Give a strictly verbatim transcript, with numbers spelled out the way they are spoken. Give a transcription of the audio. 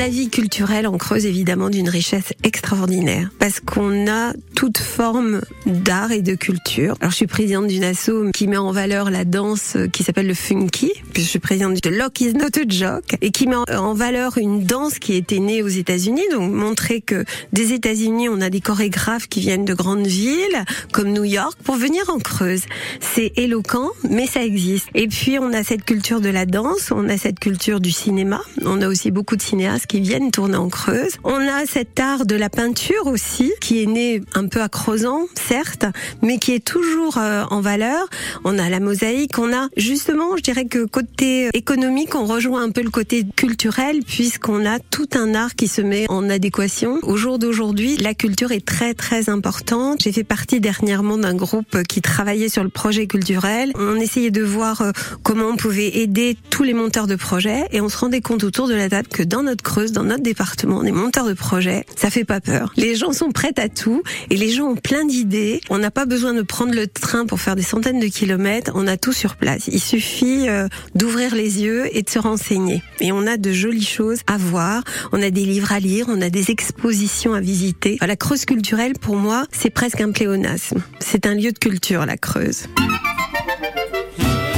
La vie culturelle en Creuse, évidemment, d'une richesse extraordinaire, parce qu'on a toute forme d'art et de culture. Alors, je suis présidente d'une asso qui met en valeur la danse qui s'appelle le funky, puis je suis présidente de Lock is not a joke, et qui met en valeur une danse qui était née aux États-Unis, donc montrer que des États-Unis, on a des chorégraphes qui viennent de grandes villes, comme New York, pour venir en Creuse. C'est éloquent, mais ça existe. Et puis, on a cette culture de la danse, on a cette culture du cinéma, on a aussi beaucoup de cinéastes qui viennent tourner en Creuse. On a cet art de la peinture aussi, qui est né un peu à Crozant, certes, mais qui est toujours euh, en valeur. On a la mosaïque, on a justement, je dirais que côté économique, on rejoint un peu le côté culturel, puisqu'on a tout un art qui se met en adéquation. Au jour d'aujourd'hui, la culture est très très importante. J'ai fait partie dernièrement d'un groupe qui travaillait sur le projet culturel. On essayait de voir euh, comment on pouvait aider tous les monteurs de projets, et on se rendait compte autour de la table que dans notre Creuse, dans notre département, des monteurs de projets, ça fait pas peur. Les gens sont prêts à tout, et les gens ont plein d'idées. On n'a pas besoin de prendre le train pour faire des centaines de kilomètres, on a tout sur place. Il suffit euh, d'ouvrir les yeux et de se renseigner. Et on a de jolies choses à voir, on a des livres à lire, on a des expositions à visiter. La Creuse culturelle, pour moi, c'est presque un pléonasme. C'est un lieu de culture, la Creuse.